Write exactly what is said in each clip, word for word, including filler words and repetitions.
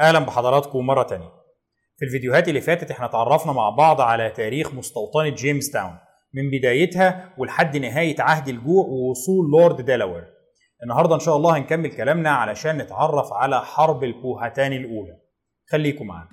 اهلا بحضراتكم مرة تانية. في الفيديوهات اللي فاتت احنا اتعرفنا مع بعض على تاريخ مستوطنة جيمس تاون من بدايتها ولحد نهاية عهد الجوع ووصول لورد ديلاوير. النهاردة ان شاء الله هنكمل كلامنا علشان نتعرف على حرب البوهتان الاولى. خليكم معانا.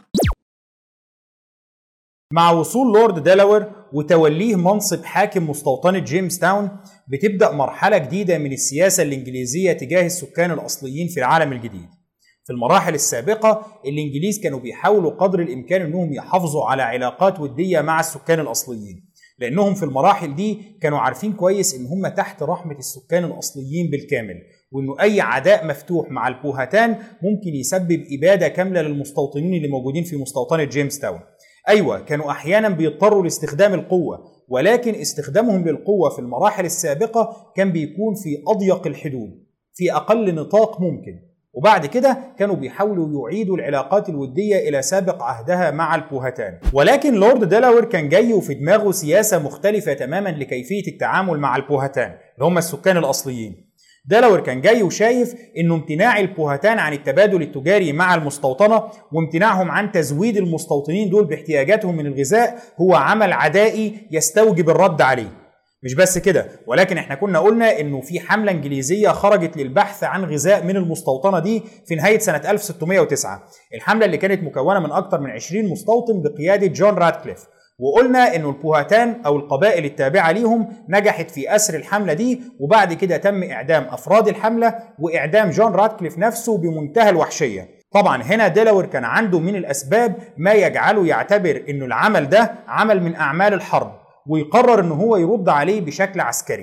مع وصول لورد ديلاوير وتوليه منصب حاكم مستوطنة جيمس تاون بتبدأ مرحلة جديدة من السياسة الإنجليزية تجاه السكان الأصليين في العالم الجديد. في المراحل السابقة الإنجليز كانوا بيحاولوا قدر الإمكان أنهم يحافظوا على علاقات ودية مع السكان الأصليين، لأنهم في المراحل دي كانوا عارفين كويس أن هم تحت رحمة السكان الأصليين بالكامل، وأنه أي عداء مفتوح مع البوهتان ممكن يسبب إبادة كاملة للمستوطنين اللي موجودين في مستوطنة جيمس تاون. أيوة، كانوا أحيانا بيضطروا لاستخدام القوة، ولكن استخدامهم للقوة في المراحل السابقة كان بيكون في أضيق الحدود، في أقل نطاق ممكن، وبعد كده كانوا بيحاولوا يعيدوا العلاقات الودية إلى سابق عهدها مع البوهتان. ولكن لورد ديلاوير كان جاي وفي دماغه سياسة مختلفة تماما لكيفية التعامل مع البوهتان اللي هم السكان الأصليين. ديلاوير كان جاي وشايف انه امتناع البوهتان عن التبادل التجاري مع المستوطنة وامتناعهم عن تزويد المستوطنين دول باحتياجاتهم من الغذاء هو عمل عدائي يستوجب الرد عليه. مش بس كده، ولكن احنا كنا قلنا انه في حملة انجليزية خرجت للبحث عن غذاء من المستوطنة دي في نهاية سنة ألف وستمائة وتسعة، الحملة اللي كانت مكونة من اكتر من عشرين مستوطن بقيادة جون راتكليف. وقلنا انه البوهتان او القبائل التابعة ليهم نجحت في اسر الحملة دي، وبعد كده تم اعدام افراد الحملة واعدام جون راتكليف نفسه بمنتهى الوحشية. طبعا هنا ديلاوير كان عنده من الاسباب ما يجعله يعتبر انه العمل ده عمل من اعمال الحرب، ويقرر ان هو يرد عليه بشكل عسكري.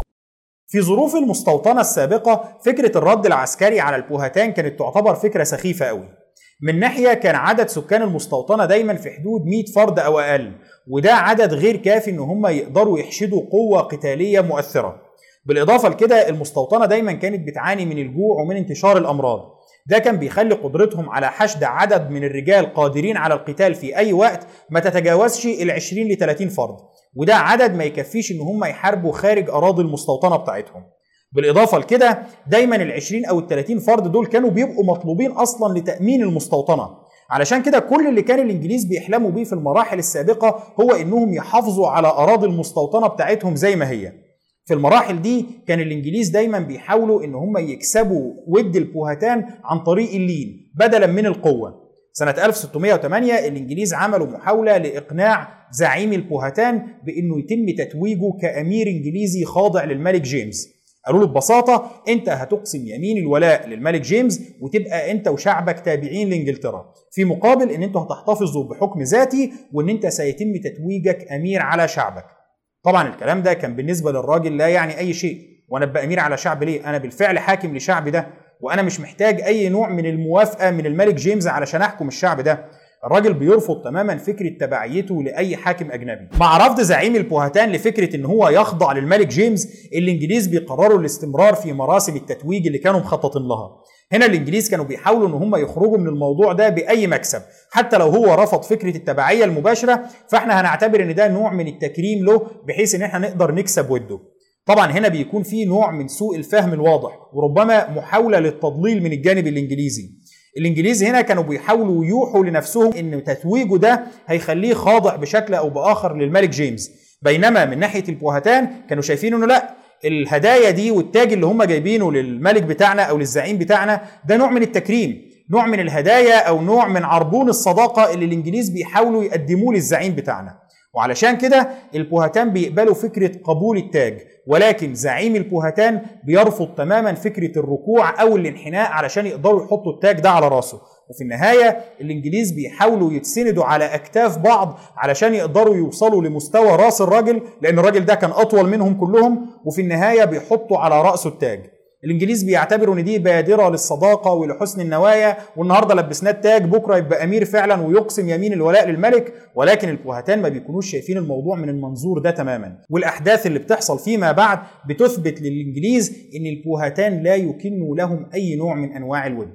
في ظروف المستوطنة السابقة فكرة الرد العسكري على البوهتان كانت تعتبر فكرة سخيفة قوي. من ناحية كان عدد سكان المستوطنة دايما في حدود مئة فرد او اقل، وده عدد غير كافي ان هم يقدروا يحشدوا قوة قتالية مؤثرة. بالاضافة لكده المستوطنة دايما كانت بتعاني من الجوع ومن انتشار الامراض، ده كان بيخلي قدرتهم على حشد عدد من الرجال قادرين على القتال في اي وقت ما تتجاوزش ال عشرين ل ثلاثين فرد، وده عدد ما يكفيش ان هم يحاربوا خارج اراضي المستوطنة بتاعتهم. بالاضافة لكده دايما ال عشرين او ال ثلاثين فرد دول كانوا بيبقوا مطلوبين اصلا لتأمين المستوطنة. علشان كده كل اللي كان الانجليز بيحلموا بيه في المراحل السابقة هو انهم يحافظوا على اراضي المستوطنة بتاعتهم زي ما هي. في المراحل دي كان الانجليز دايما بيحاولوا ان هم يكسبوا ود البوهتان عن طريق اللين بدلا من القوة. سنة ألف وستمائة وثمانية الانجليز عملوا محاولة لاقناع زعيم البوهتان بانه يتم تتويجه كامير انجليزي خاضع للملك جيمس. قالوا له ببساطة انت هتقسم يمين الولاء للملك جيمس وتبقى انت وشعبك تابعين لانجلترا، في مقابل ان انتوا هتحتفظوا بحكم ذاتي وان انت سيتم تتويجك امير على شعبك. طبعا الكلام ده كان بالنسبة للراجل لا يعني اي شيء، وانا ابقى امير على شعب ليه؟ انا بالفعل حاكم لشعبي ده، وانا مش محتاج اي نوع من الموافقة من الملك جيمس علشان احكم الشعب ده. الراجل بيرفض تماما فكرة تبعيته لأي حاكم أجنبي. مع رفض زعيم البوهتان لفكرة إن هو يخضع للملك جيمس، الإنجليز بيقرروا الاستمرار في مراسم التتويج اللي كانوا مخططين لها. هنا الإنجليز كانوا بيحاولوا إن هم يخرجوا من الموضوع ده بأي مكسب، حتى لو هو رفض فكرة التبعية المباشرة فإحنا هنعتبر إن ده نوع من التكريم له بحيث إن إحنا نقدر نكسب وده. طبعا هنا بيكون فيه نوع من سوء الفهم الواضح وربما محاولة للتضليل من الجانب الإنجليزي. الانجليز هنا كانوا بيحاولوا يوحوا لنفسهم ان تتويجه ده هيخليه خاضع بشكل او باخر للملك جيمس، بينما من ناحيه البوهتان كانوا شايفين انه لا، الهدايا دي والتاج اللي هم جايبينه للملك بتاعنا او للزعيم بتاعنا ده نوع من التكريم، نوع من الهدايا او نوع من عربون الصداقه اللي الانجليز بيحاولوا يقدموه للزعيم بتاعنا. وعلشان كده البوهتان بيقبلوا فكرة قبول التاج، ولكن زعيم البوهتان بيرفض تماما فكرة الركوع أو الانحناء علشان يقدروا يحطوا التاج ده على راسه. وفي النهاية الإنجليز بيحاولوا يتسندوا على أكتاف بعض علشان يقدروا يوصلوا لمستوى راس الراجل، لأن الراجل ده كان أطول منهم كلهم، وفي النهاية بيحطوا على رأسه التاج. الانجليز بيعتبروا ان دي بادره للصداقه ولحسن النوايا، والنهارده لبسناه التاج بكره يبقى امير فعلا ويقسم يمين الولاء للملك. ولكن البوهتان ما بيكونوش شايفين الموضوع من المنظور ده تماما، والاحداث اللي بتحصل فيما بعد بتثبت للانجليز ان البوهتان لا يكن لهم اي نوع من انواع الود.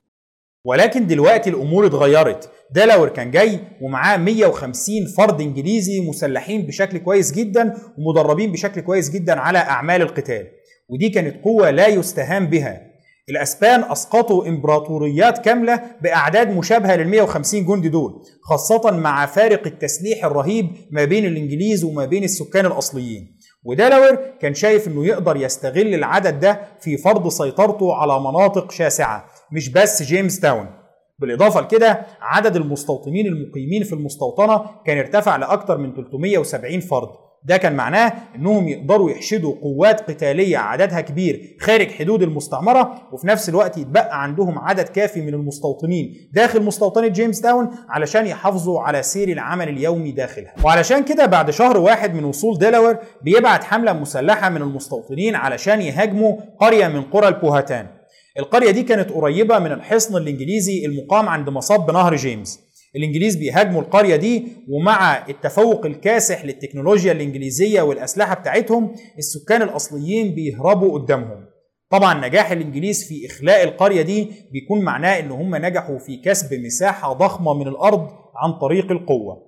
ولكن دلوقتي الامور اتغيرت. ديلاوير كان جاي ومعاه مئة وخمسين فرد انجليزي مسلحين بشكل كويس جدا ومدربين بشكل كويس جدا على اعمال القتال، ودي كانت قوة لا يستهان بها. الأسبان أسقطوا إمبراطوريات كاملة بأعداد مشابهة لل مئة وخمسين جندي دول، خاصة مع فارق التسليح الرهيب ما بين الإنجليز وما بين السكان الأصليين. وديلاوير كان شايف إنه يقدر يستغل العدد ده في فرض سيطرته على مناطق شاسعة، مش بس جيمس تاون. بالإضافة لكده عدد المستوطنين المقيمين في المستوطنة كان ارتفع لأكثر من ثلاثمئة وسبعين فرد. ده كان معناه انهم يقدروا يحشدوا قوات قتالية عددها كبير خارج حدود المستعمرة، وفي نفس الوقت يتبقى عندهم عدد كافي من المستوطنين داخل مستوطنة جيمس تاون علشان يحافظوا على سير العمل اليومي داخلها. وعلشان كده بعد شهر واحد من وصول ديلاوير بيبعت حملة مسلحة من المستوطنين علشان يهاجموا قرية من قرى البوهاتان. القرية دي كانت قريبة من الحصن الإنجليزي المقام عند مصب نهر جيمس. الإنجليز بيهاجموا القرية دي، ومع التفوق الكاسح للتكنولوجيا الإنجليزية والأسلحة بتاعتهم السكان الأصليين بيهربوا قدامهم. طبعا نجاح الإنجليز في إخلاء القرية دي بيكون معناه إن هم نجحوا في كسب مساحة ضخمة من الأرض عن طريق القوة.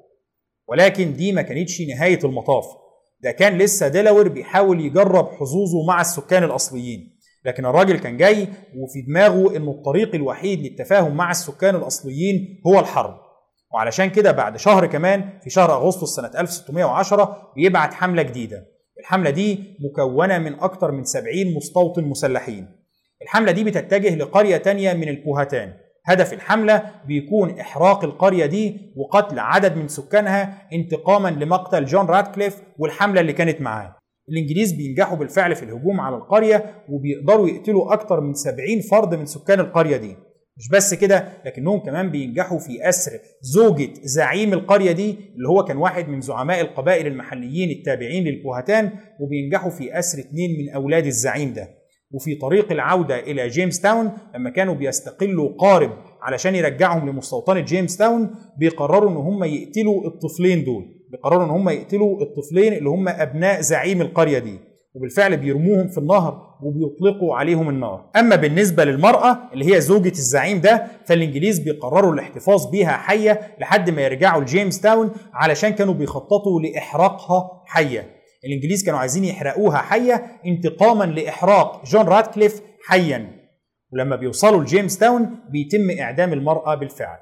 ولكن دي ما كانتش نهاية المطاف، ده كان لسه ديلاوير بيحاول يجرب حظوظه مع السكان الأصليين. لكن الراجل كان جاي وفي دماغه إنه الطريق الوحيد للتفاهم مع السكان الأصليين هو الحرب. وعلشان كده بعد شهر كمان في شهر أغسطس سنة ألف وستمئة وعشرة بيبعت حملة جديدة. الحملة دي مكونة من أكثر من سبعين مستوطن مسلحين. الحملة دي بتتجه لقرية تانية من البوهاتان. هدف الحملة بيكون إحراق القرية دي وقتل عدد من سكانها انتقاما لمقتل جون راتكليف والحملة اللي كانت معاه. الإنجليز بينجحوا بالفعل في الهجوم على القرية وبيقدروا يقتلوا أكثر من سبعين فرد من سكان القرية دي. مش بس كده، لكنهم كمان بينجحوا في أسر زوجة زعيم القرية دي اللي هو كان واحد من زعماء القبائل المحليين التابعين للبوهاتان، وبينجحوا في أسر اثنين من أولاد الزعيم ده. وفي طريق العودة إلى جيمس تاون لما كانوا بيستقلوا قارب علشان يرجعهم لمستوطنة جيمس تاون بيقرروا إن هم يقتلوا الطفلين دول، بيقرروا إن هم يقتلوا الطفلين اللي هم أبناء زعيم القرية دي، وبالفعل بيرموهم في النهر وبيطلقوا عليهم النار. أما بالنسبة للمرأة اللي هي زوجة الزعيم ده فالإنجليز بيقرروا الاحتفاظ بيها حية لحد ما يرجعوا لجيمس تاون علشان كانوا بيخططوا لإحراقها حية. الإنجليز كانوا عايزين يحرقوها حية انتقاما لإحراق جون راتكليف حيا. ولما بيوصلوا لجيمس تاون بيتم إعدام المرأة بالفعل.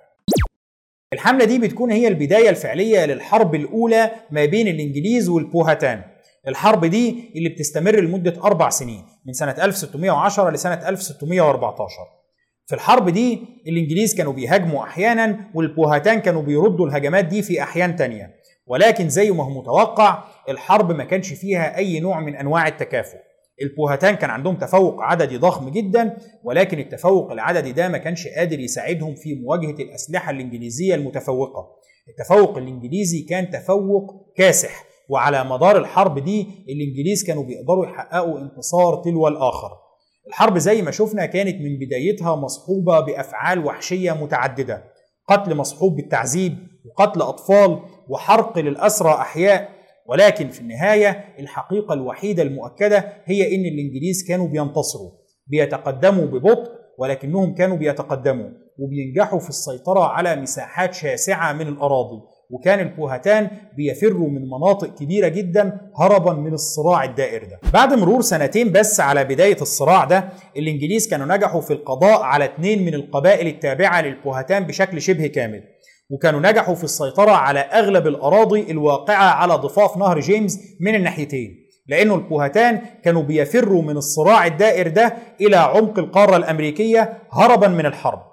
الحملة دي بتكون هي البداية الفعلية للحرب الأولى ما بين الإنجليز والبوهاتان. الحرب دي اللي بتستمر لمدة أربع سنين من سنة ألف وستمئة وعشرة لسنة ألف وستمئة وأربعة عشر. في الحرب دي الإنجليز كانوا بيهاجموا أحيانا والبوهاتان كانوا بيردوا الهجمات دي في أحيان تانية، ولكن زي ما هو متوقع الحرب ما كانش فيها أي نوع من أنواع التكافؤ. البوهاتان كان عندهم تفوق عددي ضخم جدا، ولكن التفوق العددي ده ما كانش قادر يساعدهم في مواجهة الأسلحة الإنجليزية المتفوقة. التفوق الإنجليزي كان تفوق كاسح، وعلى مدار الحرب دي الإنجليز كانوا بيقدروا يحققوا انتصار تلو الآخر. الحرب زي ما شفنا كانت من بدايتها مصحوبة بأفعال وحشية متعددة، قتل مصحوب بالتعذيب وقتل أطفال وحرق للأسرى أحياء. ولكن في النهاية الحقيقة الوحيدة المؤكدة هي إن الإنجليز كانوا بينتصروا، بيتقدموا ببطء ولكنهم كانوا بيتقدموا وبينجحوا في السيطرة على مساحات شاسعة من الأراضي. وكان البوهاتان بيفروا من مناطق كبيرة جدا هربا من الصراع الدائر ده. بعد مرور سنتين بس على بداية الصراع ده الإنجليز كانوا نجحوا في القضاء على اثنين من القبائل التابعة للبوهاتان بشكل شبه كامل، وكانوا نجحوا في السيطرة على أغلب الأراضي الواقعة على ضفاف نهر جيمس من الناحيتين، لأنه البوهاتان كانوا بيفروا من الصراع الدائر ده إلى عمق القارة الأمريكية هربا من الحرب.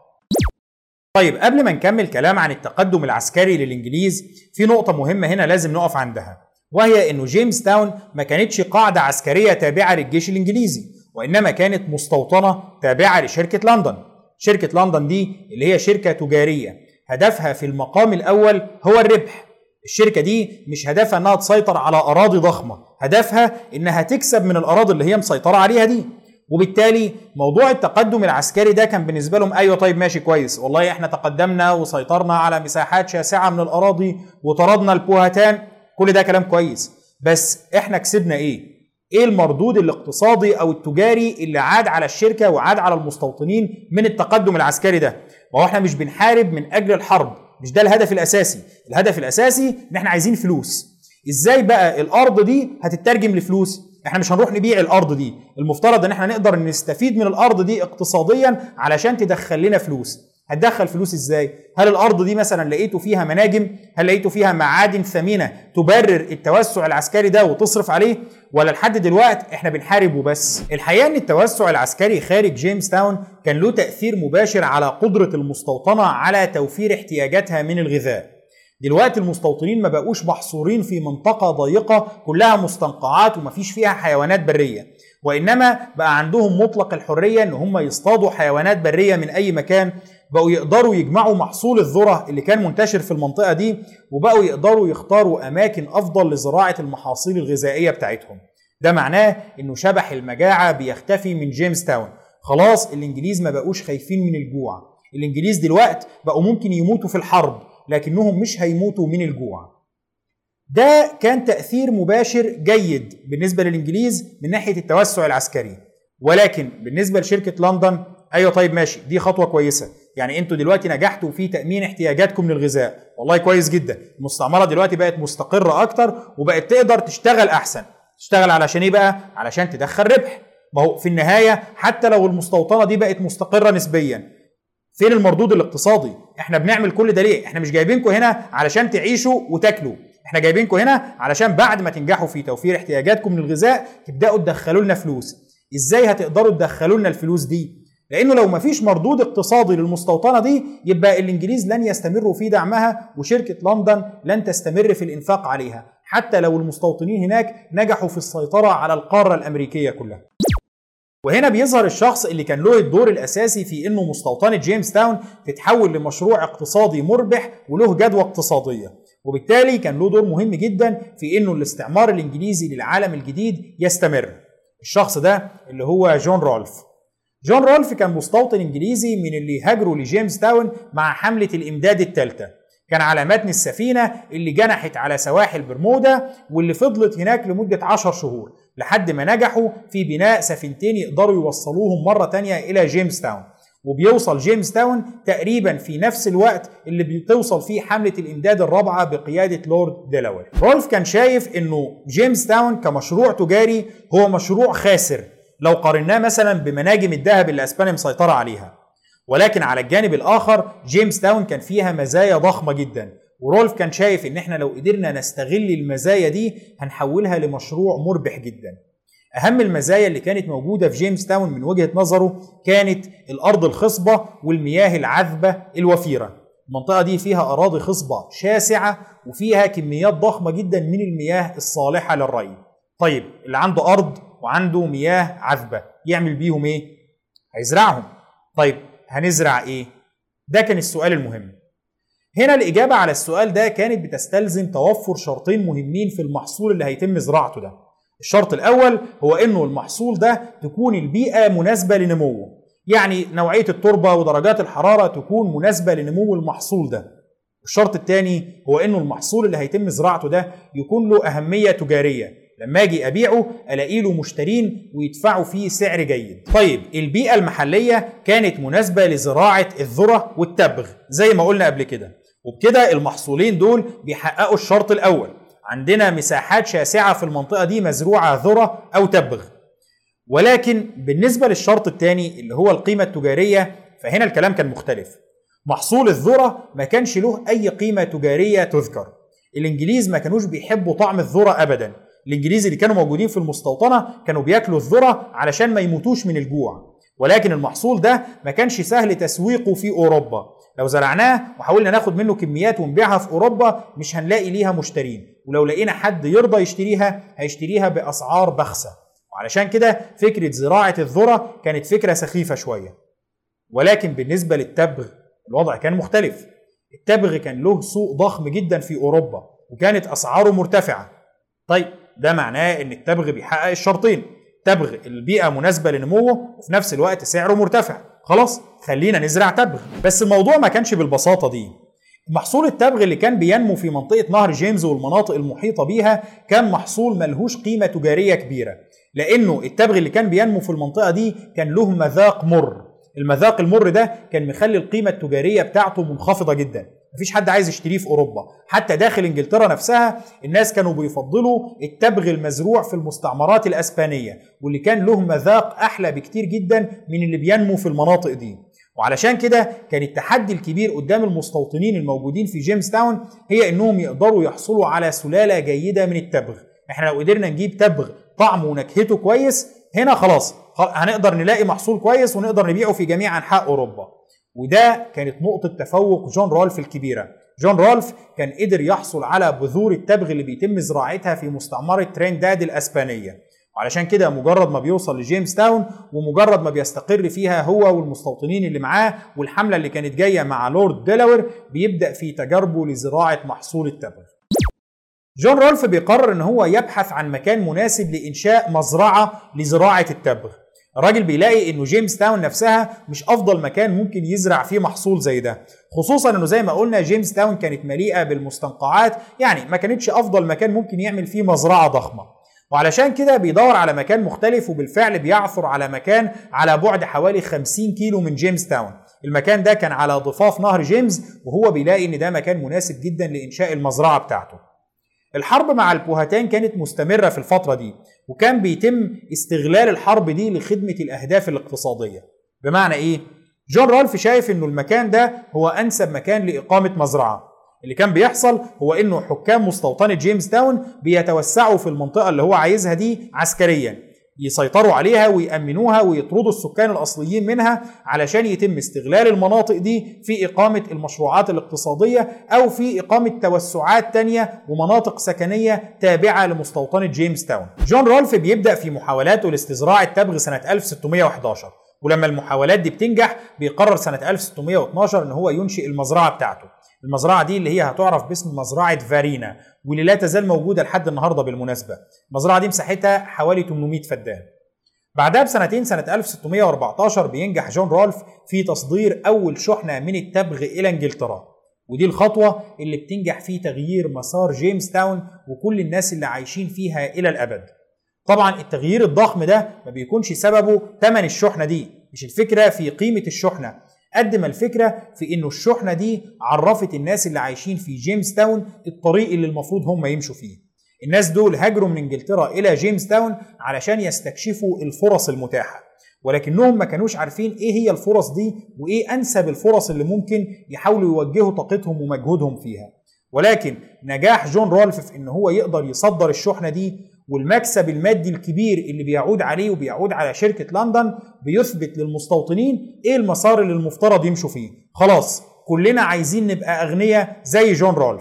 طيب قبل ما نكمل كلام عن التقدم العسكري للإنجليز في نقطة مهمة هنا لازم نقف عندها، وهي إنه جيمس تاون ما كانتش قاعدة عسكرية تابعة للجيش الإنجليزي، وإنما كانت مستوطنة تابعة لشركة لندن. شركة لندن دي اللي هي شركة تجارية هدفها في المقام الأول هو الربح. الشركة دي مش هدفها إنها تسيطر على أراضي ضخمة، هدفها إنها تكسب من الأراضي اللي هي مسيطرة عليها دي. وبالتالي موضوع التقدم العسكري ده كان بالنسبة لهم أيوة طيب ماشي كويس، والله إحنا تقدمنا وسيطرنا على مساحات شاسعة من الأراضي وطردنا البوهاتان، كل ده كلام كويس، بس إحنا كسبنا إيه؟ إيه المردود الاقتصادي أو التجاري اللي عاد على الشركة وعاد على المستوطنين من التقدم العسكري ده؟ ما هو إحنا مش بنحارب من أجل الحرب، مش ده الهدف الأساسي. الهدف الأساسي إن إحنا عايزين فلوس. إزاي بقى الأرض دي هتترجم لفلوس؟ احنا مش هنروح نبيع الارض دي، المفترض ان احنا نقدر نستفيد من الارض دي اقتصاديا علشان تدخل لنا فلوس. هتدخل فلوس ازاي؟ هل الارض دي مثلا لقيتوا فيها مناجم؟ هل لقيتوا فيها معادن ثمينه تبرر التوسع العسكري ده وتصرف عليه؟ ولا لحد دلوقتي احنا بنحارب وبس؟ الحقيقه ان التوسع العسكري خارج جيمس تاون كان له تاثير مباشر على قدره المستوطنه على توفير احتياجاتها من الغذاء. دلوقتي المستوطنين ما بقوش محصورين في منطقه ضيقه كلها مستنقعات ومفيش فيها حيوانات بريه، وانما بقى عندهم مطلق الحريه ان هم يصطادوا حيوانات بريه من اي مكان. بقوا يقدروا يجمعوا محصول الذرة اللي كان منتشر في المنطقة دي، وبقوا يقدروا يختاروا أماكن أفضل لزراعة المحاصيل الغذائية بتاعتهم. ده معناه إنه شبح المجاعة بيختفي من جيمس تاون. خلاص الإنجليز ما بقوش خايفين من الجوع. الإنجليز دلوقتي بقوا ممكن يموتوا في الحرب لكنهم مش هيموتوا من الجوع. ده كان تأثير مباشر جيد بالنسبة للإنجليز من ناحية التوسع العسكري. ولكن بالنسبة لشركة لندن، أيوة طيب ماشي، دي خطوة كويسة، يعني انتوا دلوقتي نجحتوا في تأمين احتياجاتكم للغذاء، والله كويس جدا. المستعمرة دلوقتي بقت مستقرة أكتر وبقت تقدر تشتغل أحسن. تشتغل علشان إيه بقى؟ علشان تدخل ربح. ما هو في النهاية حتى لو المستوطنة دي بقت مستقرة نسبيا، فين المردود الاقتصادي؟ احنا بنعمل كل ده ليه؟ احنا مش جايبينكم هنا علشان تعيشوا وتاكلوا، احنا جايبينكم هنا علشان بعد ما تنجحوا في توفير احتياجاتكم للغذاء تبدأوا تدخلوا لنا فلوس. ازاي هتقدروا تدخلوا لنا الفلوس دي؟ لأنه لو مفيش مردود اقتصادي للمستوطنة دي يبقى الإنجليز لن يستمروا في دعمها، وشركة لندن لن تستمر في الإنفاق عليها حتى لو المستوطنين هناك نجحوا في السيطرة على القارة الأمريكية كلها. وهنا بيظهر الشخص اللي كان له الدور الأساسي في إنه مستوطنة جيمس تاون تتحول لمشروع اقتصادي مربح وله جدوى اقتصادية، وبالتالي كان له دور مهم جدا في إنه الاستعمار الإنجليزي للعالم الجديد يستمر. الشخص ده اللي هو جون رولف. جون رولف كان مستوطن انجليزي من اللي هاجروا لجيمس تاون مع حملة الامداد الثالثة. كان على متن السفينة اللي جنحت على سواحل برمودا واللي فضلت هناك لمدة عشر شهور لحد ما نجحوا في بناء سفينتين يقدروا يوصلوهم مرة تانية إلى جيمس تاون. وبيوصل جيمس تاون تقريبا في نفس الوقت اللي بتوصل فيه حملة الامداد الرابعة بقيادة لورد ديلاوير. رولف كان شايف انه جيمس تاون كمشروع تجاري هو مشروع خاسر لو قارناه مثلا بمناجم الذهب اللي اسبانيا مسيطرة عليها، ولكن على الجانب الاخر جيمس تاون كان فيها مزايا ضخمة جدا، ورولف كان شايف ان احنا لو قدرنا نستغل المزايا دي هنحولها لمشروع مربح جدا. اهم المزايا اللي كانت موجودة في جيمس تاون من وجهة نظره كانت الارض الخصبة والمياه العذبة الوفيرة. المنطقة دي فيها اراضي خصبة شاسعة وفيها كميات ضخمة جدا من المياه الصالحة للري. طيب اللي عنده ارض وعنده مياه عذبة يعمل بيهم ايه؟ هيزرعهم. طيب هنزرع ايه؟ ده كان السؤال المهم. هنا الإجابة على السؤال ده كانت بتستلزم توفر شرطين مهمين في المحصول اللي هيتم زراعته ده. الشرط الأول هو إنه المحصول ده تكون البيئة مناسبة لنموه، يعني نوعية التربة ودرجات الحرارة تكون مناسبة لنمو المحصول ده. الشرط الثاني هو إنه المحصول اللي هيتم زراعته ده يكون له أهمية تجارية، لما اجي ابيعه الاقي له مشترين ويدفعوا فيه سعر جيد. طيب البيئة المحلية كانت مناسبة لزراعة الذرة والتبغ زي ما قلنا قبل كده، وبكده المحصولين دول بيحققوا الشرط الأول. عندنا مساحات شاسعة في المنطقة دي مزروعة ذرة أو تبغ. ولكن بالنسبة للشرط الثاني اللي هو القيمة التجارية فهنا الكلام كان مختلف. محصول الذرة ما كانش له أي قيمة تجارية تذكر. الإنجليز ما كانوش بيحبوا طعم الذرة أبدا. الإنجليز اللي كانوا موجودين في المستوطنة كانوا بياكلوا الذرة علشان ما يموتوش من الجوع، ولكن المحصول ده ما كانش سهل تسويقه في أوروبا. لو زرعناه وحاولنا ناخد منه كميات ونبيعها في أوروبا مش هنلاقي ليها مشترين، ولو لقينا حد يرضى يشتريها هيشتريها بأسعار بخسة. وعلشان كده فكرة زراعة الذرة كانت فكرة سخيفة شوية. ولكن بالنسبة للتبغ الوضع كان مختلف. التبغ كان له سوق ضخم جدا في أوروبا وكانت أسعاره مرتفعة. طيب ده معناه ان التبغ بيحقق الشرطين، تبغ البيئة مناسبة لنموه وفي نفس الوقت سعره مرتفع. خلاص خلينا نزرع تبغ. بس الموضوع ما كانش بالبساطة دي. محصول التبغ اللي كان بينمو في منطقة نهر جيمز والمناطق المحيطة بيها كان محصول ملهوش قيمة تجارية كبيرة، لأنه التبغ اللي كان بينمو في المنطقة دي كان له مذاق مر. المذاق المر ده كان مخلي القيمة التجارية بتاعته منخفضة جدا، مفيش حد عايز يشتريه في اوروبا، حتى داخل انجلترا نفسها الناس كانوا بيفضلوا التبغ المزروع في المستعمرات الاسبانيه، واللي كان له مذاق احلى بكتير جدا من اللي بينمو في المناطق دي. وعلشان كده كان التحدي الكبير قدام المستوطنين الموجودين في جيمس تاون هي انهم يقدروا يحصلوا على سلاله جيده من التبغ. احنا لو قدرنا نجيب تبغ طعمه ونكهته كويس هنا خلاص هنقدر نلاقي محصول كويس ونقدر نبيعه في جميع انحاء اوروبا. وده كانت نقطه تفوق جون رالف الكبيره. جون رالف كان قدر يحصل على بذور التبغ اللي بيتم زراعتها في مستعمره ترينداد الاسبانيه، وعلشان كده مجرد ما بيوصل لجيمس تاون ومجرد ما بيستقر فيها هو والمستوطنين اللي معاه والحمله اللي كانت جايه مع لورد ديلاوير، بيبدا في تجاربه لزراعه محصول التبغ. جون رالف بيقرر ان هو يبحث عن مكان مناسب لانشاء مزرعه لزراعه التبغ. الراجل بيلاقي انه جيمس تاون نفسها مش افضل مكان ممكن يزرع فيه محصول زي ده، خصوصا انه زي ما قلنا جيمس تاون كانت مليئه بالمستنقعات، يعني ما كانتش افضل مكان ممكن يعمل فيه مزرعه ضخمه. وعلشان كده بيدور على مكان مختلف، وبالفعل بيعثر على مكان على بعد حوالي خمسين كيلو من جيمس تاون. المكان ده كان على ضفاف نهر جيمس، وهو بيلاقي ان ده مكان مناسب جدا لانشاء المزرعه بتاعته. الحرب مع البوهتان كانت مستمره في الفتره دي، وكان بيتم استغلال الحرب دي لخدمه الاهداف الاقتصاديه. بمعنى ايه؟ جون رالف شايف انه المكان ده هو انسب مكان لاقامه مزرعه. اللي كان بيحصل هو انه حكام مستوطنة جيمس تاون بيتوسعوا في المنطقة اللي هو عايزها دي عسكريا، يسيطروا عليها ويأمنوها ويطردوا السكان الأصليين منها علشان يتم استغلال المناطق دي في إقامة المشروعات الاقتصادية أو في إقامة توسعات تانية ومناطق سكنية تابعة لمستوطنة جيمس تاون. جون رالف بيبدأ في محاولاته لاستزراع التبغ سنة ألف وستمائة وأحد عشر، ولما المحاولات دي بتنجح بيقرر سنة ألف وستمائة واثني عشر ان هو ينشئ المزرعة بتاعته. المزرعة دي اللي هي هتعرف باسم مزرعة فارينا، واللي لا تزال موجودة لحد النهاردة بالمناسبة. المزرعة دي مساحتها حوالي ثمانمائة فدان. بعدها بسنتين سنة ألف وستمائة وأربعة عشر بينجح جون رالف في تصدير أول شحنة من التبغ إلى إنجلترا، ودي الخطوة اللي بتنجح في تغيير مسار جيمس تاون وكل الناس اللي عايشين فيها إلى الأبد. طبعا التغيير الضخم ده ما بيكونش سببه ثمن الشحنة دي، مش الفكرة في قيمة الشحنة قد ما الفكرة في انه الشحنة دي عرفت الناس اللي عايشين في جيمس تاون الطريق اللي المفروض هم يمشوا فيه. الناس دول هاجروا من انجلترا الى جيمس تاون علشان يستكشفوا الفرص المتاحة، ولكنهم ما كانوش عارفين ايه هي الفرص دي وايه انسب الفرص اللي ممكن يحاولوا يوجهوا طاقتهم ومجهودهم فيها. ولكن نجاح جون رالف في ان هو يقدر يصدر الشحنة دي والمكسب المادي الكبير اللي بيعود عليه وبيعود على شركة لندن بيثبت للمستوطنين ايه المسار اللي المفترض يمشوا فيه. خلاص كلنا عايزين نبقى اغنياء زي جون رالف.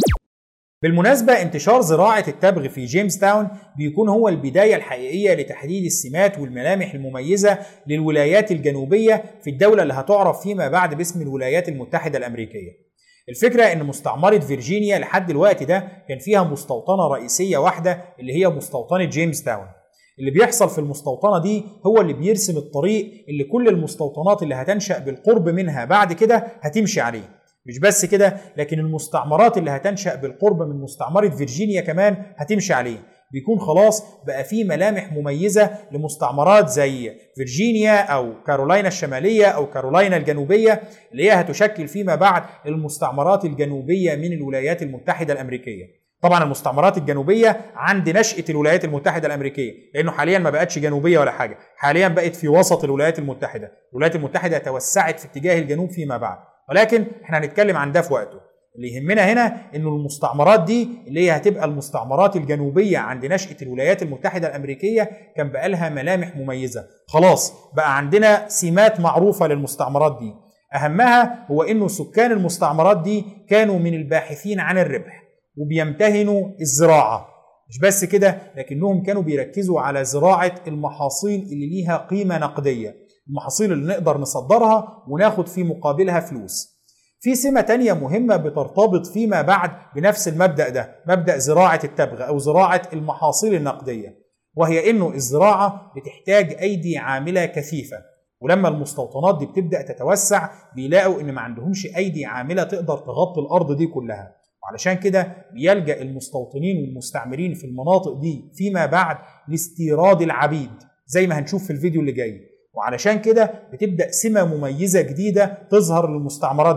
بالمناسبة انتشار زراعة التبغ في جيمس تاون بيكون هو البداية الحقيقية لتحديد السمات والملامح المميزة للولايات الجنوبية في الدولة اللي هتعرف فيما بعد باسم الولايات المتحدة الأمريكية. الفكرة ان مستعمرة فيرجينيا لحد الوقت ده كان فيها مستوطنة رئيسية واحدة اللي هي مستوطنة جيمس تاون. اللي بيحصل في المستوطنة دي هو اللي بيرسم الطريق اللي كل المستوطنات اللي هتنشأ بالقرب منها بعد كده هتمشي عليه. مش بس كده، لكن المستعمرات اللي هتنشأ بالقرب من مستعمرة فيرجينيا كمان هتمشي عليه. بيكون خلاص بقى في ملامح مميزة لمستعمرات زي فيرجينيا أو كارولاينا الشمالية أو كارولاينا الجنوبية اللي هي هتشكل فيما بعد المستعمرات الجنوبية من الولايات المتحدة الأمريكية. طبعا المستعمرات الجنوبية عند نشأة الولايات المتحدة الأمريكية، لأنه حاليا ما بقتش جنوبية ولا حاجة، حاليا بقت في وسط الولايات المتحدة. الولايات المتحدة توسعت في اتجاه الجنوب فيما بعد، ولكن احنا هنتكلم عن ده في وقته. اللي يهمنا هنا انه المستعمرات دي اللي هي هتبقى المستعمرات الجنوبية عند نشأة الولايات المتحدة الأمريكية كان بقى لها ملامح مميزة. خلاص بقى عندنا سمات معروفة للمستعمرات دي، أهمها هو انه سكان المستعمرات دي كانوا من الباحثين عن الربح وبيمتهنوا الزراعة. مش بس كده، لكنهم كانوا بيركزوا على زراعة المحاصيل اللي ليها قيمة نقدية، المحاصيل اللي نقدر نصدرها وناخد في مقابلها فلوس. في سمة تانية مهمة بترتبط فيما بعد بنفس المبدأ ده، مبدأ زراعة التبغ أو زراعة المحاصيل النقدية، وهي إنه الزراعة بتحتاج أيدي عاملة كثيفة، ولما المستوطنات دي بتبدأ تتوسع بيلاقوا إن ما عندهمش أيدي عاملة تقدر تغطي الأرض دي كلها، وعلشان كده بيلجأ المستوطنين والمستعمرين في المناطق دي فيما بعد لاستيراد العبيد زي ما هنشوف في الفيديو اللي جاي. وعلشان كده بتبدأ سمة مميزة جديدة تظهر للمستعمرات دي،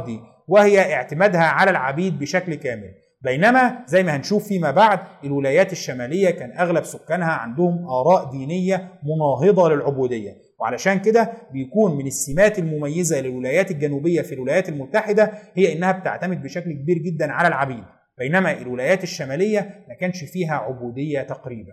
وهي اعتمادها على العبيد بشكل كامل. بينما زي ما هنشوف فيما بعد الولايات الشمالية كان أغلب سكانها عندهم آراء دينية مناهضة للعبودية، وعلشان كده بيكون من السمات المميزة للولايات الجنوبية في الولايات المتحدة هي إنها بتعتمد بشكل كبير جدا على العبيد، بينما الولايات الشمالية ما كانش فيها عبودية تقريبا.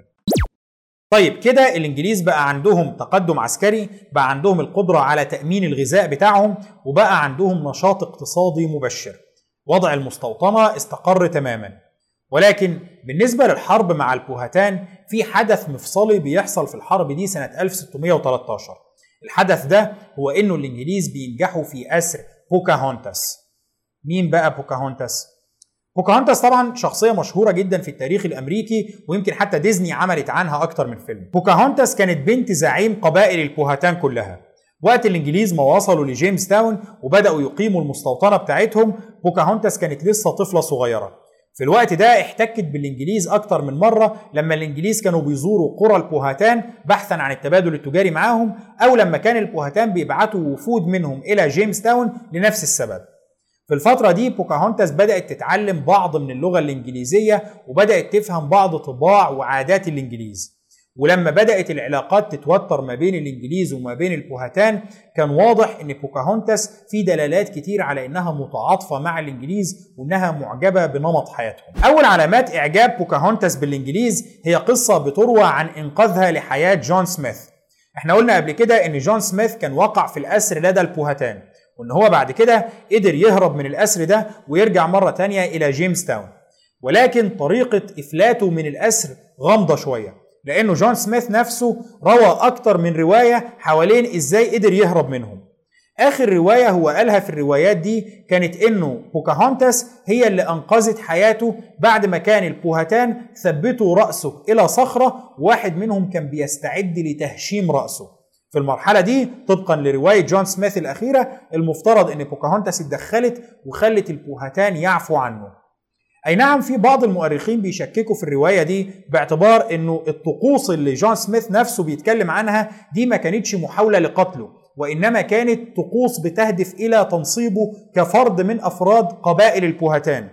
طيب كده الإنجليز بقى عندهم تقدم عسكري، بقى عندهم القدرة على تأمين الغذاء بتاعهم، وبقى عندهم نشاط اقتصادي مبشر. وضع المستوطنة استقر تماما. ولكن بالنسبة للحرب مع البوهتان في حدث مفصلي بيحصل في الحرب دي سنة ألف وستمائة وثلاثة عشر. الحدث ده هو إنه الإنجليز بينجحوا في أسر بوكاهونتاس. مين بقى بوكاهونتاس؟ بوكاهونتاس طبعا شخصية مشهورة جدا في التاريخ الأمريكي، ويمكن حتى ديزني عملت عنها أكتر من فيلم. بوكاهونتاس كانت بنت زعيم قبائل البوهتان كلها. وقت الإنجليز ما وصلوا لجيمس تاون وبدأوا يقيموا المستوطنة بتاعتهم، بوكاهونتاس كانت لسه طفلة صغيرة. في الوقت ده احتكت بالإنجليز أكتر من مرة لما الإنجليز كانوا بيزوروا قرى البوهتان بحثا عن التبادل التجاري معاهم، أو لما كان البوهتان بيبعتوا وفود منهم إلى جيمس تاون لنفس السبب. في الفترة دي بوكاهونتاس بدأت تتعلم بعض من اللغة الإنجليزية وبدأت تفهم بعض طباع وعادات الإنجليز. ولما بدأت العلاقات تتوتر ما بين الإنجليز وما بين البوهتان كان واضح إن بوكاهونتاس في دلالات كتير على إنها متعاطفة مع الإنجليز وإنها معجبة بنمط حياتهم. أول علامات إعجاب بوكاهونتاس بالإنجليز هي قصة بتروى عن إنقاذها لحياة جون سميث. إحنا قلنا قبل كده إن جون سميث كان وقع في الأسر لدى البوهتان، وإن هو بعد كده قدر يهرب من الأسر ده ويرجع مرة تانية إلى جيمس تاون. ولكن طريقة إفلاته من الأسر غامضة شوية، لأنه جون سميث نفسه روى أكتر من رواية حوالين إزاي قدر يهرب منهم. آخر رواية هو قالها في الروايات دي كانت إنه بوكاهونتاس هي اللي أنقذت حياته بعد ما كان البوهتان ثبتوا رأسه إلى صخرة، واحد منهم كان بيستعد لتهشيم رأسه. في المرحلة دي طبقا لرواية جون سميث الأخيرة المفترض إن بوكاهونتاس اتدخلت وخلت البوهتان يعفو عنه. أي نعم في بعض المؤرخين بيشككوا في الرواية دي باعتبار إنه الطقوس اللي جون سميث نفسه بيتكلم عنها دي ما كانتش محاولة لقتله، وإنما كانت طقوس بتهدف إلى تنصيبه كفرد من أفراد قبائل البوهتان.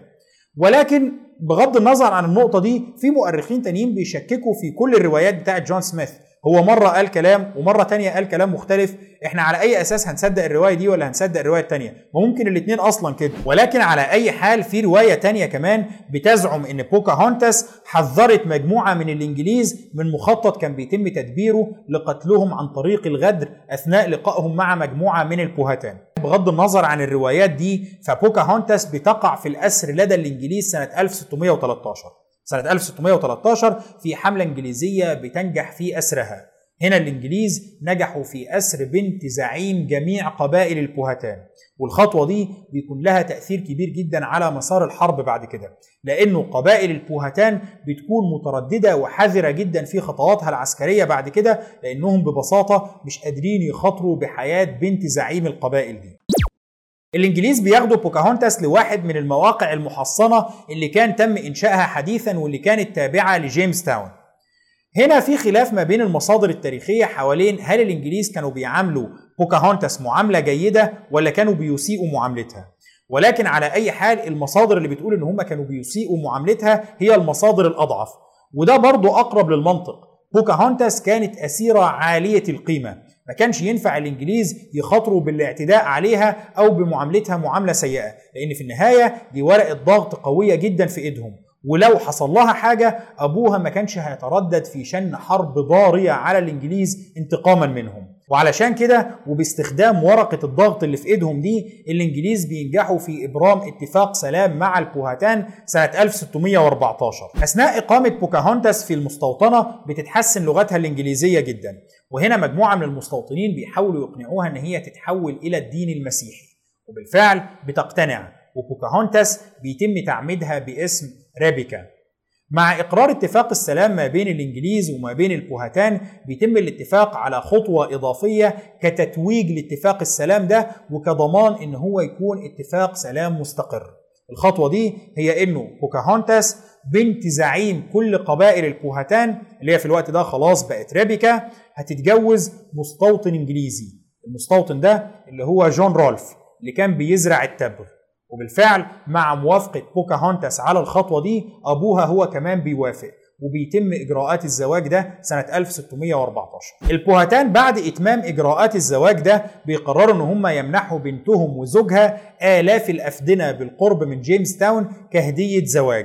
ولكن بغض النظر عن النقطة دي في مؤرخين تانيين بيشككوا في كل الروايات بتاعة جون سميث. هو مرة قال كلام ومرة تانية قال كلام مختلف. احنا على اي اساس هنصدق الرواية دي ولا هنصدق الرواية التانية؟ ممكن الاتنين اصلا كده. ولكن على اي حال في رواية تانية كمان بتزعم ان بوكاهونتاس حذرت مجموعة من الانجليز من مخطط كان بيتم تدبيره لقتلهم عن طريق الغدر اثناء لقائهم مع مجموعة من البوهتان. بغض النظر عن الروايات دي فبوكاهونتاس بتقع في الاسر لدى الانجليز سنة ألف وستمائة وثلاثة عشر. سنة ألف وستمائة وثلاثة عشر في حملة إنجليزية بتنجح في أسرها. هنا الإنجليز نجحوا في أسر بنت زعيم جميع قبائل البوهتان، والخطوة دي بيكون لها تأثير كبير جدا على مسار الحرب بعد كده، لأنه قبائل البوهتان بتكون مترددة وحذرة جدا في خطواتها العسكرية بعد كده، لأنهم ببساطة مش قادرين يخاطروا بحياة بنت زعيم القبائل دي. الإنجليز بياخدوا بوكاهونتاس لواحد من المواقع المحصنة اللي كان تم إنشائها حديثا واللي كانت تابعة لجيمس تاون. هنا في خلاف ما بين المصادر التاريخية حوالين هل الإنجليز كانوا بيعاملوا بوكاهونتاس معاملة جيدة ولا كانوا بيسيئوا معاملتها. ولكن على أي حال المصادر اللي بتقول إن هم كانوا بيسيئوا معاملتها هي المصادر الأضعف، وده برضو أقرب للمنطق. بوكاهونتاس كانت أسيرة عالية القيمة، ما كانش ينفع الإنجليز يخاطروا بالاعتداء عليها أو بمعاملتها معاملة سيئة، لأن في النهاية دي ورقة ضغط قوية جدا في إيدهم، ولو حصل لها حاجة أبوها ما كانش هيتردد في شن حرب ضارية على الإنجليز انتقاما منهم. وعلشان كده وباستخدام ورقة الضغط اللي في إيدهم دي الإنجليز بينجحوا في إبرام اتفاق سلام مع البوهتان سنة ألف وستمائة وأربعة عشر. أثناء إقامة بوكاهونتاس في المستوطنة بتتحسن لغتها الإنجليزية جدا، وهنا مجموعة من المستوطنين بيحاولوا يقنعوها إن هي تتحول إلى الدين المسيحي، وبالفعل بتقتنع، وبوكاهونتاس بيتم تعميدها باسم ريبيكا. مع إقرار اتفاق السلام ما بين الإنجليز وما بين البوهتان بيتم الاتفاق على خطوة إضافية كتتويج لاتفاق السلام ده وكضمان إن هو يكون اتفاق سلام مستقر. الخطوة دي هي إنه بوكاهونتاس بنت زعيم كل قبائل البوهتان اللي هي في الوقت ده خلاص بقت ريبيكا هتتجوز مستوطن إنجليزي. المستوطن ده اللي هو جون رولف اللي كان بيزرع التبغ. وبالفعل مع موافقة بوكاهونتاس على الخطوة دي أبوها هو كمان بيوافق، وبيتم إجراءات الزواج ده سنة ألف وستمية وأربعتاشر. البوهتان بعد إتمام إجراءات الزواج ده بيقرروا إن هم يمنحوا بنتهم وزوجها آلاف الأفدنة بالقرب من جيمس تاون كهدية زواج.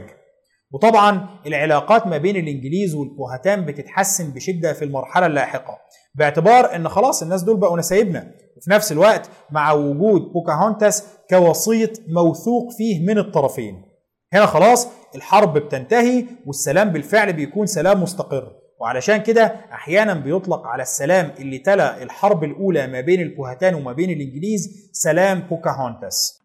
وطبعا العلاقات ما بين الإنجليز والبوهتان بتتحسن بشدة في المرحلة اللاحقة، باعتبار إن خلاص الناس دول بقوا نسايبنا، وفي نفس الوقت مع وجود بوكاهونتاس كوسيط موثوق فيه من الطرفين. هنا خلاص الحرب بتنتهي والسلام بالفعل بيكون سلام مستقر، وعلشان كده احيانا بيطلق على السلام اللي تلا الحرب الاولى ما بين البوهتان وما بين الانجليز سلام بوكاهونتاس.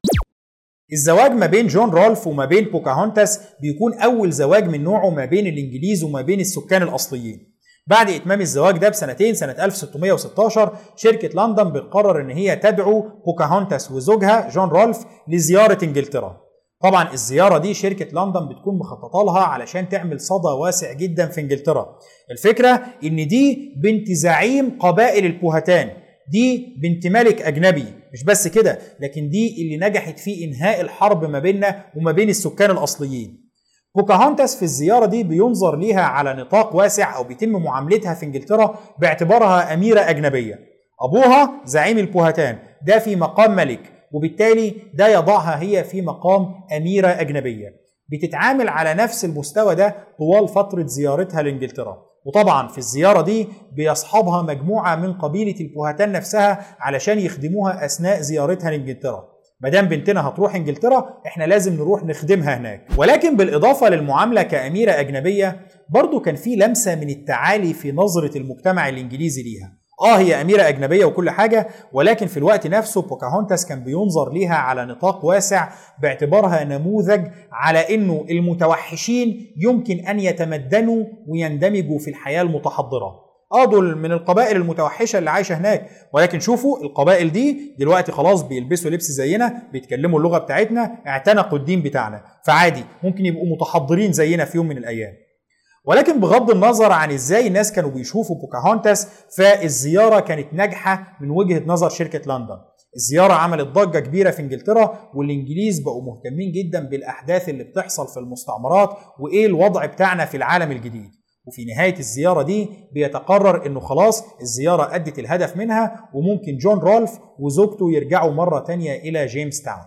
الزواج ما بين جون رولف وما بين بوكاهونتاس بيكون اول زواج من نوعه ما بين الانجليز وما بين السكان الاصليين. بعد اتمام الزواج ده بسنتين سنة ألف وستمية وستاشر شركة لندن بتقرر ان هي تدعو بوكاهونتاس وزوجها جون رولف لزيارة انجلترا. طبعا الزيارة دي شركة لندن بتكون مخططة لها علشان تعمل صدى واسع جدا في انجلترا. الفكرة ان دي بنت زعيم قبائل البوهتان، دي بنت ملك اجنبي، مش بس كده لكن دي اللي نجحت في انهاء الحرب ما بيننا وما بين السكان الاصليين. بوكاهونتاس في الزيارة دي بينظر ليها على نطاق واسع او بيتم معاملتها في انجلترا باعتبارها اميرة اجنبية. ابوها زعيم البوهتان ده في مقام ملك، وبالتالي ده يضعها هي في مقام أميرة أجنبية، بتتعامل على نفس المستوى ده طوال فترة زيارتها لإنجلترا. وطبعا في الزيارة دي بيصحبها مجموعة من قبيلة البوهتان نفسها علشان يخدموها أثناء زيارتها لإنجلترا. مدام بنتنا هتروح إنجلترا احنا لازم نروح نخدمها هناك. ولكن بالإضافة للمعاملة كأميرة أجنبية برضو كان في لمسة من التعالي في نظرة المجتمع الإنجليزي ليها. اه هي أميرة أجنبية وكل حاجة، ولكن في الوقت نفسه بوكاهونتاس كان بينظر ليها على نطاق واسع باعتبارها نموذج على انه المتوحشين يمكن ان يتمدنوا ويندمجوا في الحياة المتحضرة. اه دول من القبائل المتوحشة اللي عايشة هناك، ولكن شوفوا القبائل دي دلوقتي خلاص بيلبسوا لبس زينا، بيتكلموا اللغة بتاعتنا، اعتنقوا الدين بتاعنا، فعادي ممكن يبقوا متحضرين زينا في يوم من الأيام. ولكن بغض النظر عن ازاي الناس كانوا بيشوفوا بوكاهونتاس، فالزيارة كانت ناجحة من وجهة نظر شركة لندن. الزيارة عملت ضجة كبيرة في انجلترا، والانجليز بقوا مهتمين جدا بالاحداث اللي بتحصل في المستعمرات وايه الوضع بتاعنا في العالم الجديد. وفي نهاية الزيارة دي بيتقرر انه خلاص الزيارة ادت الهدف منها، وممكن جون رولف وزوجته يرجعوا مرة تانية الى جيمس تاون.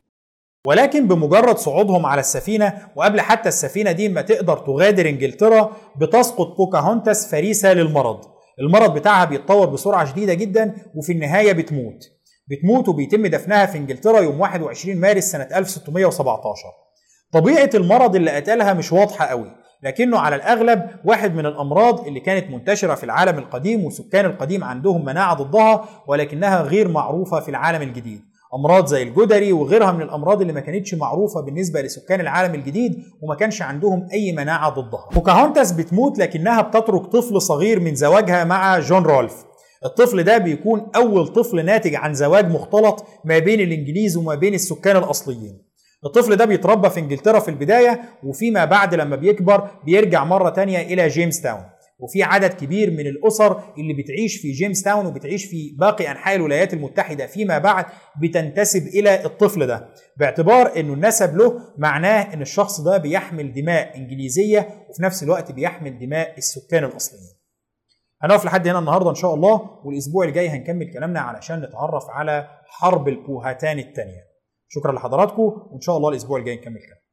ولكن بمجرد صعودهم على السفينة وقبل حتى السفينة دي ما تقدر تغادر انجلترا، بتسقط بوكاهونتاس فريسة للمرض. المرض بتاعها بيتطور بسرعة شديدة جدا وفي النهاية بتموت. بتموت وبيتم دفنها في انجلترا يوم واحد وعشرين مارس سنة ألف وستمية وسبعتاشر. طبيعة المرض اللي قتلها مش واضحة قوي، لكنه على الأغلب واحد من الأمراض اللي كانت منتشرة في العالم القديم وسكان القديم عندهم مناعة ضدها، ولكنها غير معروفة في العالم الجديد. أمراض زي الجدري وغيرها من الأمراض اللي ما كانتش معروفة بالنسبة لسكان العالم الجديد وما كانش عندهم أي مناعة ضدها. بوكاهونتاس بتموت لكنها بتترك طفل صغير من زواجها مع جون رولف. الطفل ده بيكون أول طفل ناتج عن زواج مختلط ما بين الإنجليز وما بين السكان الأصليين. الطفل ده بيتربى في انجلترا في البداية، وفيما بعد لما بيكبر بيرجع مرة تانية إلى جيمس تاون. وفي عدد كبير من الأسر اللي بتعيش في جيمس تاون وبتعيش في باقي أنحاء الولايات المتحدة فيما بعد بتنتسب إلى الطفل ده، باعتبار أنه النسب له معناه أن الشخص ده بيحمل دماء إنجليزية وفي نفس الوقت بيحمل دماء السكان الأصليين. هنقف لحد هنا النهاردة إن شاء الله، والأسبوع الجاي هنكمل كلامنا علشان نتعرف على حرب البوهتان الثانية. شكرا لحضراتكم، وإن شاء الله الأسبوع الجاي نكمل كلام.